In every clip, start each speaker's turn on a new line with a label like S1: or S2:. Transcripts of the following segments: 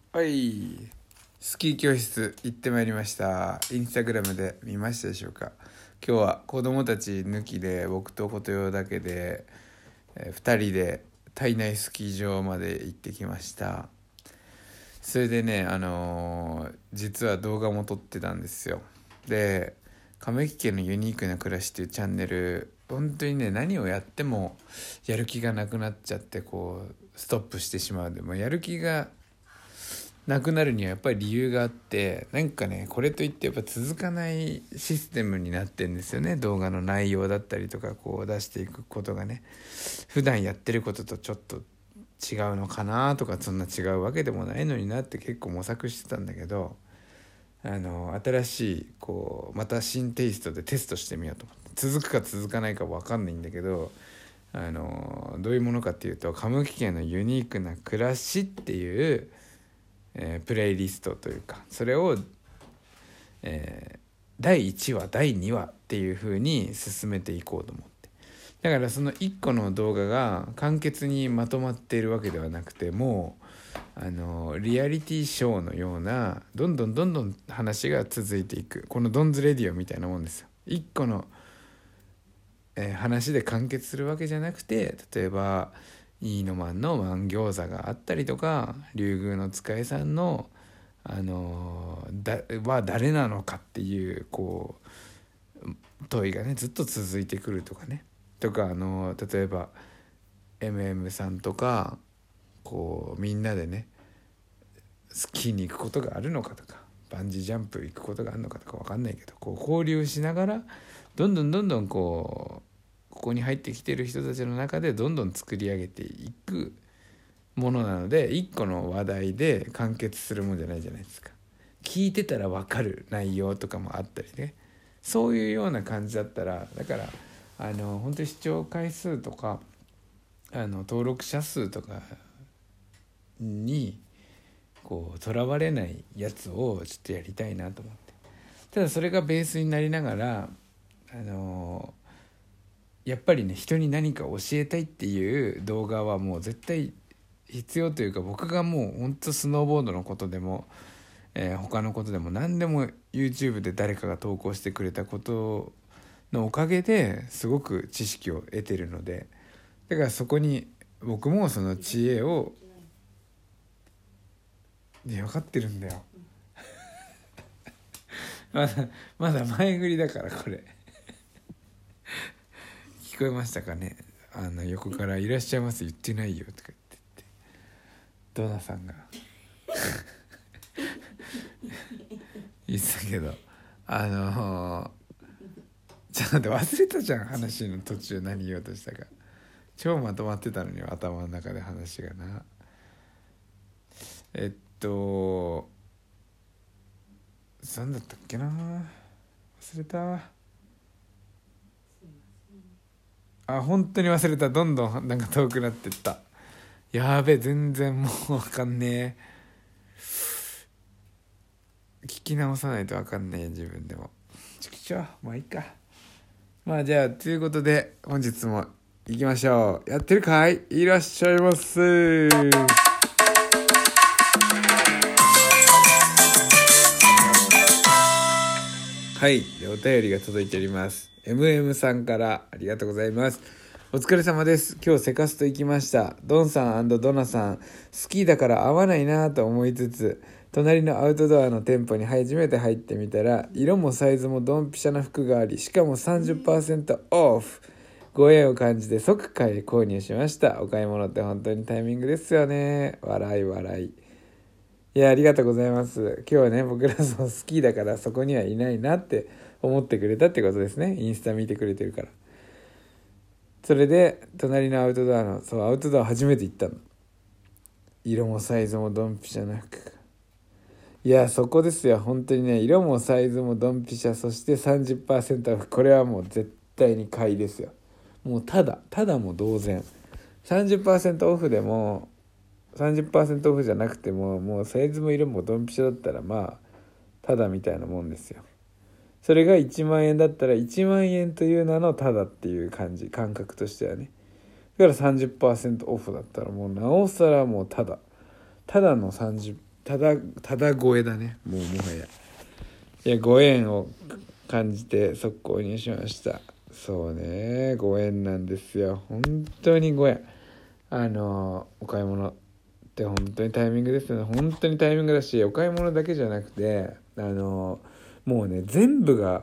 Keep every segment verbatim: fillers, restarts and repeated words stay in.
S1: はい、スキー教室行ってまいりました。インスタグラムで見ましたでしょうか。今日は子供たち抜きで僕と琴代だけで、えー、ふたりで体内スキー場まで行ってきました。それでね、あのー実は動画も撮ってたんですよ。で、亀木家のユニークな暮らしっていうチャンネル、本当にね、何をやってもやる気がなくなっちゃって、こうストップしてしまう。でもやる気がなくなるにはやっぱり理由があって、なんかね、これといってやっぱ続かないシステムになってんですよね。動画の内容だったりとかこう出していくことがね、普段やってることとちょっと違うのかなとか、そんな違うわけでもないのになって結構模索してたんだけど、あの新しいこうまた新テイストでテストしてみようと思って、続くか続かないか分かんないんだけど、あのどういうものかっていうと、カムキ家のユニークな暮らしっていうえー、プレイリストというか、それを、えー、だいいちわだいにわっていう風に進めていこうと思って、だからそのいっこの動画が簡潔にまとまっているわけではなくて、もうあのリアリティショーのようなどんどんどんどん話が続いていく、このドンズレディオみたいなもんですよ。いっこの、えー、話で完結するわけじゃなくて、例えばイーノマンのマン餃子があったりとか、竜宮の使いさんのあのだは誰なのかっていうこう問いがねずっと続いてくるとかね、とかあの例えば エムエム さんとかこうみんなでねスキーに行くことがあるのかとか、バンジージャンプ行くことがあるのかとか分かんないけど、こう交流しながらどんどんどんどんこうここに入ってきてる人たちの中でどんどん作り上げていくものなので、一個の話題で完結するもんじゃないじゃないですか。聞いてたら分かる内容とかもあったりね、そういうような感じだったら、だからあの本当に視聴回数とかあの登録者数とかにこうとらわれないやつをちょっとやりたいなと思って、ただそれがベースになりながら、あのやっぱりね、人に何か教えたいっていう動画はもう絶対必要というか、僕がもうほんとスノーボードのことでも、えー、他のことでも何でも YouTube で誰かが投稿してくれたことのおかげですごく知識を得てるので、だからそこに僕もその知恵を、いや分かってるんだよまだまだ前振りだから、これ聞こえましたかね。あの横から「いらっしゃいませ」言ってないよとか言ってってドナさんが言ってたけど、あのー、ちょっと待って、忘れたじゃん、話の途中何言おうとしたか。超まとまってたのに頭の中で話がな。えっと何だったっけな、忘れた。あ、本当に忘れた。どんどんなんか遠くなってった。やべえ、全然もう分かんねえ。聞き直さないと分かんねえ、自分でも。ちくちょ、まあいいか。まあじゃあということで本日も行きましょう。やってるかい、いらっしゃいませ。はい、お便りが届いております。 エムエム さんからありがとうございます。お疲れ様です。今日セカスト行きました。ドンさん&ドナさん、スキーだから合わないなと思いつつ、隣のアウトドアの店舗に初めて入ってみたら、色もサイズもドンピシャな服があり、しかも さんじゅっパーセント オフ。ご縁を感じて即買い購入しました。お買い物って本当にタイミングですよね。笑い笑い。いや、ありがとうございます。今日はね、僕らその好きだからそこにはいないなって思ってくれたってことですね。インスタ見てくれてるから。それで隣のアウトドアの、そうアウトドア初めて行ったの。色もサイズもドンピシャな服。いや、そこですよ。本当にね、色もサイズもドンピシャ、そして さんじゅっパーセント オフ。これはもう絶対に買いですよ。もうただただも同然。 さんじゅっパーセント オフでもさんじゅっパーセント オフじゃなくても、もうサイズも色もドンピシャだったらまあただみたいなもんですよ。それがいちまん円だったらいちまん円という名のただっていう感じ、感覚としてはね。だから さんじゅっパーセント オフだったらもうなおさらもうただただのさんじゅうただただごえだね、もうもはや。いやご縁を感じて速攻にしました。そうね、ご縁なんですよ、本当にご縁。あのお買い物って本当にタイミングですよね。本当にタイミングだし、お買い物だけじゃなくて、あのもうね全部が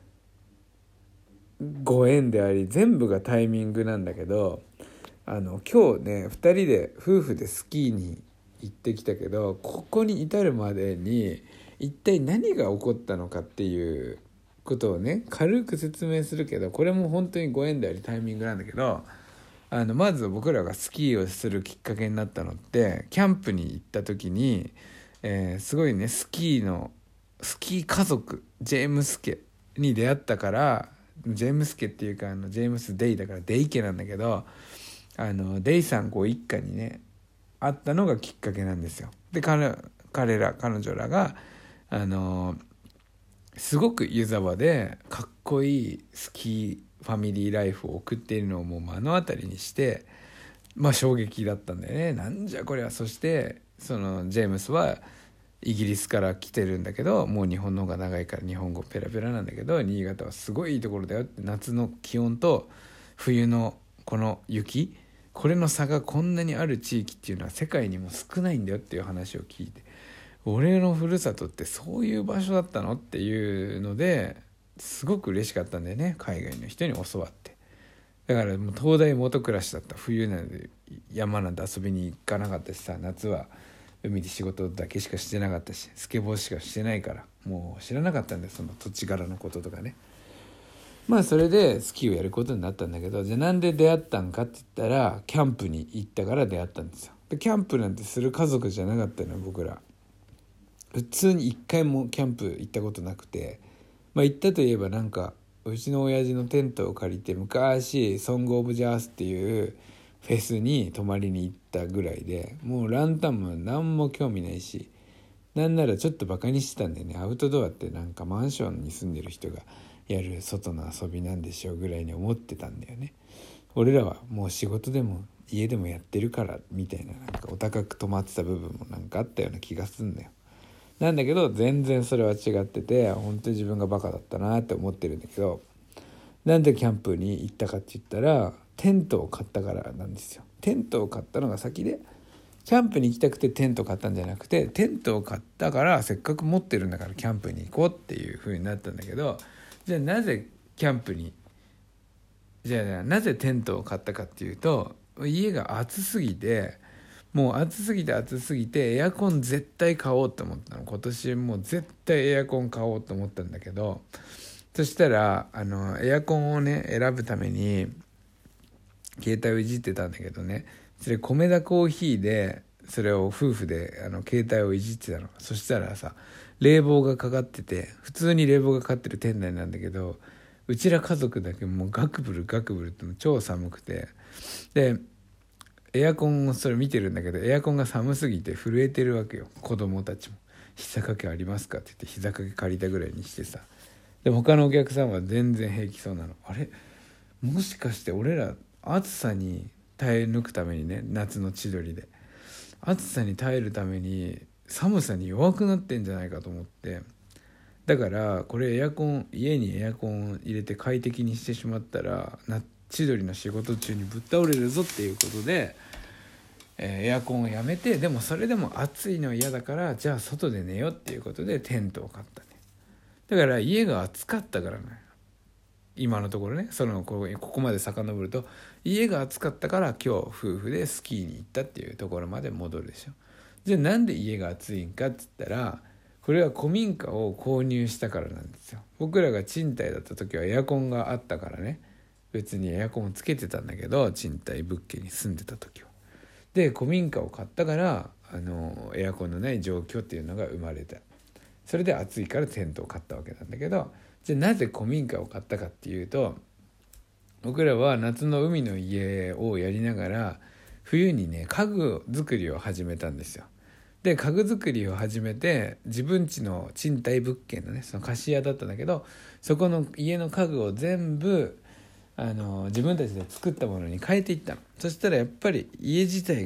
S1: ご縁であり、全部がタイミングなんだけど、あの今日ねふたりで夫婦でスキーに行ってきたけど、ここに至るまでに一体何が起こったのかっていうことをね軽く説明するけど、これも本当にご縁でありタイミングなんだけど、あのまず僕らがスキーをするきっかけになったのってキャンプに行った時に、えー、すごいねスキーのスキー家族ジェームス家に出会ったから、ジェームス家っていうかあのジェームス・デイだからデイ家なんだけど、あのデイさんご一家にね会ったのがきっかけなんですよ。で 彼, 彼ら彼女らがあのすごく湯沢でかっこいいスキーファミリーライフを送っているのをもう目の当たりにして、まあ衝撃だったんだよね。なんじゃこれは。そしてそのジェームスはイギリスから来てるんだけど、もう日本の方が長いから日本語ペラペラなんだけど、新潟はすごいいいところだよって、夏の気温と冬のこの雪、これの差がこんなにある地域っていうのは世界にも少ないんだよっていう話を聞いて、俺のふるさとってそういう場所だったのっていうのですごく嬉しかったんだよね、海外の人に教わって。だからもう東大元暮らしだった。冬なんで山なんて遊びに行かなかったしさ、夏は海で仕事だけしかしてなかったし、スケボーしかしてないからもう知らなかったんだよ、その土地柄のこととかね。まあそれでスキーをやることになったんだけど、じゃあなんで出会ったんかって言ったら、キャンプに行ったから出会ったんですよ。でキャンプなんてする家族じゃなかったのよ、僕ら。普通に一回もキャンプ行ったことなくて、まあ行ったといえばなんかうちの親父のテントを借りて昔ソングオブジャースっていうフェスに泊まりに行ったぐらいで、もうランタンも何も興味ないし、なんならちょっとバカにしてたんだよね。アウトドアってなんかマンションに住んでる人がやる外の遊びなんでしょうぐらいに思ってたんだよね。俺らはもう仕事でも家でもやってるからみたいな、なんかお高く泊まってた部分もなんかあったような気がするんだよ。なんだけど全然それは違ってて、本当に自分がバカだったなって思ってるんだけど、なんでキャンプに行ったかって言ったら、テントを買ったからなんですよ。テントを買ったのが先で、キャンプに行きたくてテント買ったんじゃなくて、テントを買ったからせっかく持ってるんだからキャンプに行こうっていう風になったんだけど、じゃあなぜキャンプにじゃあなぜテントを買ったかっていうと、家が暑すぎて、もう暑すぎて暑すぎてエアコン絶対買おうと思ったの。今年もう絶対エアコン買おうと思ったんだけど、そしたらあのエアコンをね選ぶために携帯をいじってたんだけどね、それ米田コーヒーでそれを夫婦であの携帯をいじってたの。そしたらさ、冷房がかかってて、普通に冷房がかかってる店内なんだけど、うちら家族だけもうガクブルガクブルって超寒くて、でエアコンをそれ見てるんだけど、エアコンが寒すぎて震えてるわけよ。子供たちも膝掛けありますかって言って膝掛け借りたぐらいにしてさ、で他のお客さんは全然平気そうなの。あれもしかして俺ら暑さに耐え抜くためにね、夏の千鳥で暑さに耐えるために寒さに弱くなってんじゃないかと思って、だからこれエアコン家にエアコン入れて快適にしてしまったら千鳥の仕事中にぶっ倒れるぞっていうことで、えー、エアコンをやめて、でもそれでも暑いのは嫌だから、じゃあ外で寝ようっていうことでテントを買ったね。だから家が暑かったからね、今のところね、そのここまで遡ると家が暑かったから今日夫婦でスキーに行ったっていうところまで戻るでしょ。じゃあなんで家が暑いんかって言ったら、これは古民家を購入したからなんですよ。僕らが賃貸だった時はエアコンがあったからね、別にエアコンをつけてたんだけど、賃貸物件に住んでた時は。で古民家を買ったからあのエアコンのない状況っていうのが生まれた。それで暑いからテントを買ったわけなんだけど、じゃあなぜ古民家を買ったかっていうと、僕らは夏の海の家をやりながら冬にね家具作りを始めたんですよ。で家具作りを始めて、自分家の賃貸物件のね、その貸し屋だったんだけど、そこの家の家具を全部あの自分たちで作ったものに変えていったの。そしたらやっぱり家自体が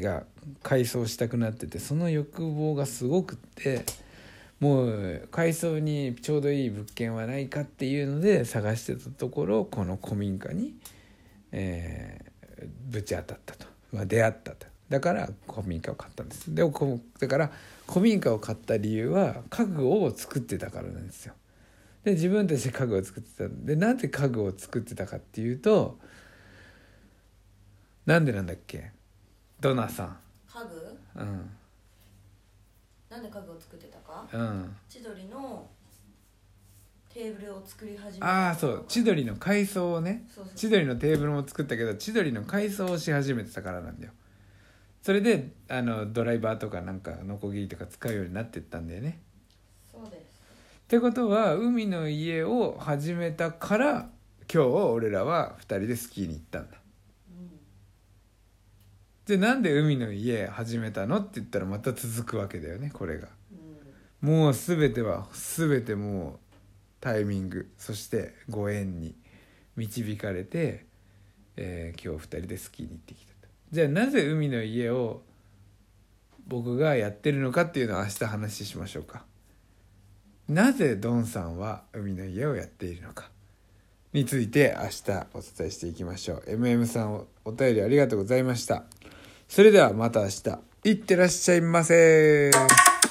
S1: 改装したくなってて、その欲望がすごくって、もう改装にちょうどいい物件はないかっていうので探してたところ、この古民家に、えー、ぶち当たったと、まあ、出会ったと。だから古民家を買ったんです。でもだから古民家を買った理由は家具を作ってたからなんですよ。で自分たちで家具を作ってたんで、なんで家具を作ってたかっていうと、なんでなんだっけ、ドナさん。
S2: 家具？
S1: うん。
S2: なんで家具を作ってたか？
S1: うん。
S2: 千鳥のテーブルを作り始めた。
S1: ああそう、千鳥の改装をね。
S2: そうそうそう、
S1: 千鳥のテーブルも作ったけど、千鳥の改装をし始めてたからなんだよ。それであのドライバーとかなんかノコギリとか使うようになってったんだよね。
S2: そうです。
S1: ってことは海の家を始めたから今日俺らはふたりでスキーに行ったんだ。うん、でなんで海の家始めたのって言ったらまた続くわけだよね、これが。うん、もう全ては全てもうタイミング、そしてご縁に導かれて、えー、今日ふたりでスキーに行ってきた。じゃあなぜ海の家を僕がやってるのかっていうのは明日話しましょうか。なぜドンさんは海の家をやっているのかについて明日お伝えしていきましょう。 エムエム さんお便りありがとうございました。それではまた明日、いってらっしゃいませ。